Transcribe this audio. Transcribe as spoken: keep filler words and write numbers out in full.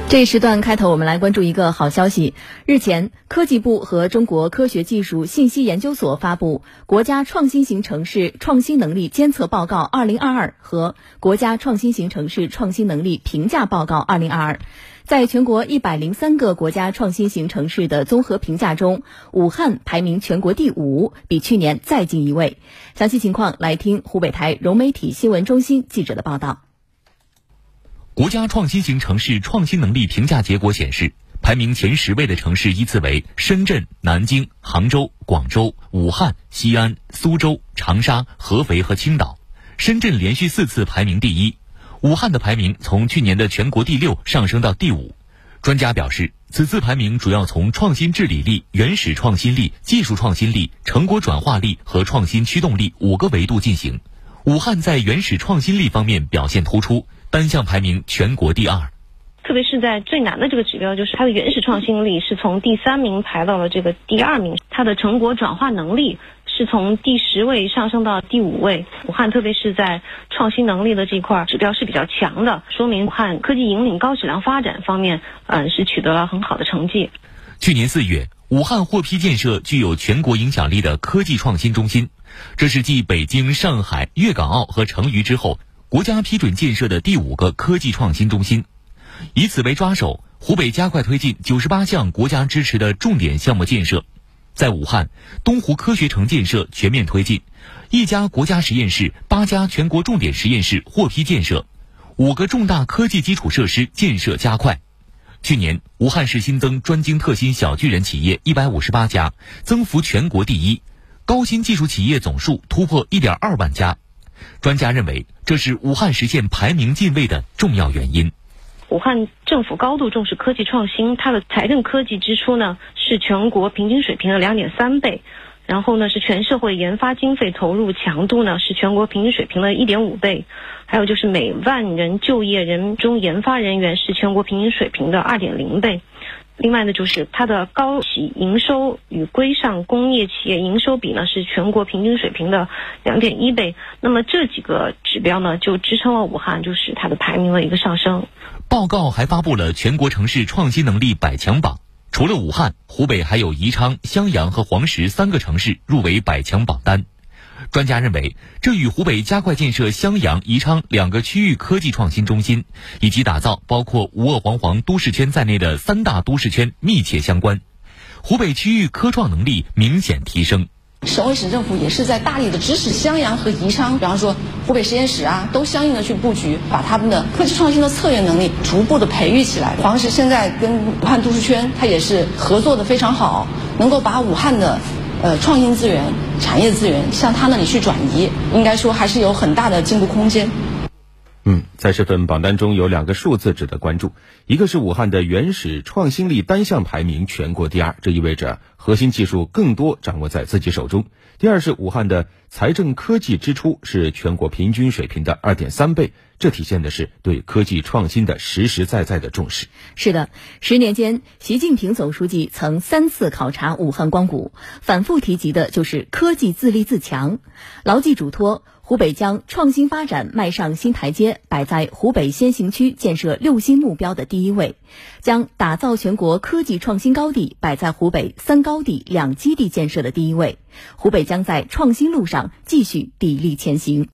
这一时段开头，我们来关注一个好消息。日前，科技部和中国科学技术信息研究所发布《国家创新型城市创新能力监测报告二零二二》和《国家创新型城市创新能力评价报告二零二二》。在全国一百零三个国家创新型城市的综合评价中，武汉排名全国第五，比去年再进一位。详细情况来听湖北台融媒体新闻中心记者的报道。 国家创新型城市创新能力评价结果显示，排名前十位的城市依次为深圳、南京、杭州、广州、武汉、西安、苏州、长沙、合肥和青岛。深圳连续四次排名第一，武汉的排名从去年的全国第六上升到第五。专家表示，此次排名主要从创新治理力、原始创新力、技术创新力、成果转化力和创新驱动力五个维度进行。武汉在原始创新力方面表现突出，单项排名全国第二。 特别是在最难的这个指标，就是它的原始创新力是从第三名排到了这个第二名，它的成果转化能力是从第十位上升到第五位。武汉特别是在创新能力的这块指标是比较强的，说明武汉科技引领高质量发展方面，嗯，是取得了很好的成绩。 去年四月，武汉获批建设具有全国影响力的科技创新中心，这是继北京、上海、粤港澳和成渝之后，国家批准建设的第五个科技创新中心。以此为抓手，湖北加快推进九十八项国家支持的重点项目建设。在武汉，东湖科学城建设全面推进，一家国家实验室、八家全国重点实验室获批建设，五个重大科技基础设施建设加快。去年，武汉市新增专精特新小巨人企业一百五十八家，增幅全国第一，高新技术企业总数突破 一点二万家。专家认为，这是武汉实现排名进位的重要原因。 武汉政府高度重视科技创新，它的财政科技支出呢是全国平均水平的 两点三倍，然后呢是全社会研发经费投入强度呢是全国平均水平的 一点五倍，还有就是每万人就业人中研发人员是全国平均水平的 二点零倍。另外呢，就是它的高企营收与规上工业企业营收比呢是全国平均水平的 两点一倍。那么这几个指标呢，就支撑了武汉就是它的排名的一个上升。 报告还发布了全国城市创新能力百强榜，除了武汉，湖北还有宜昌、襄阳和黄石三个城市入围百强榜单。专家认为，这与湖北加快建设襄阳、宜昌两个区域科技创新中心，以及打造包括五二黄黄都市圈在内的三大都市圈密切相关。湖北区域科创能力明显提升。 省委省政府也是在大力的支持襄阳和宜昌，比方说湖北实验室啊，都相应的去布局，把他们的科技创新的策略能力逐步的培育起来。黄石现在跟武汉都市圈，它也是合作的非常好，能够把武汉的呃创新资源、产业资源向他那里去转移，应该说还是有很大的进步空间。 嗯，在这份榜单中有两个数字值得关注，一个是武汉的原始创新力单项排名全国第二，这意味着核心技术更多掌握在自己手中。第二是武汉的财政科技支出是全国平均水平的 二点三倍，这体现的是对科技创新的实实在在的重视。 是的，十年间，习近平总书记曾三次考察武汉光谷，反复提及的就是科技自立自强。牢记嘱托，湖北将创新发展迈上新台阶，摆在湖北先行区建设六新目标的第一位，将打造全国科技创新高地摆在湖北三高地两基地建设的第一位。湖北将在创新路上继续砥砺前行。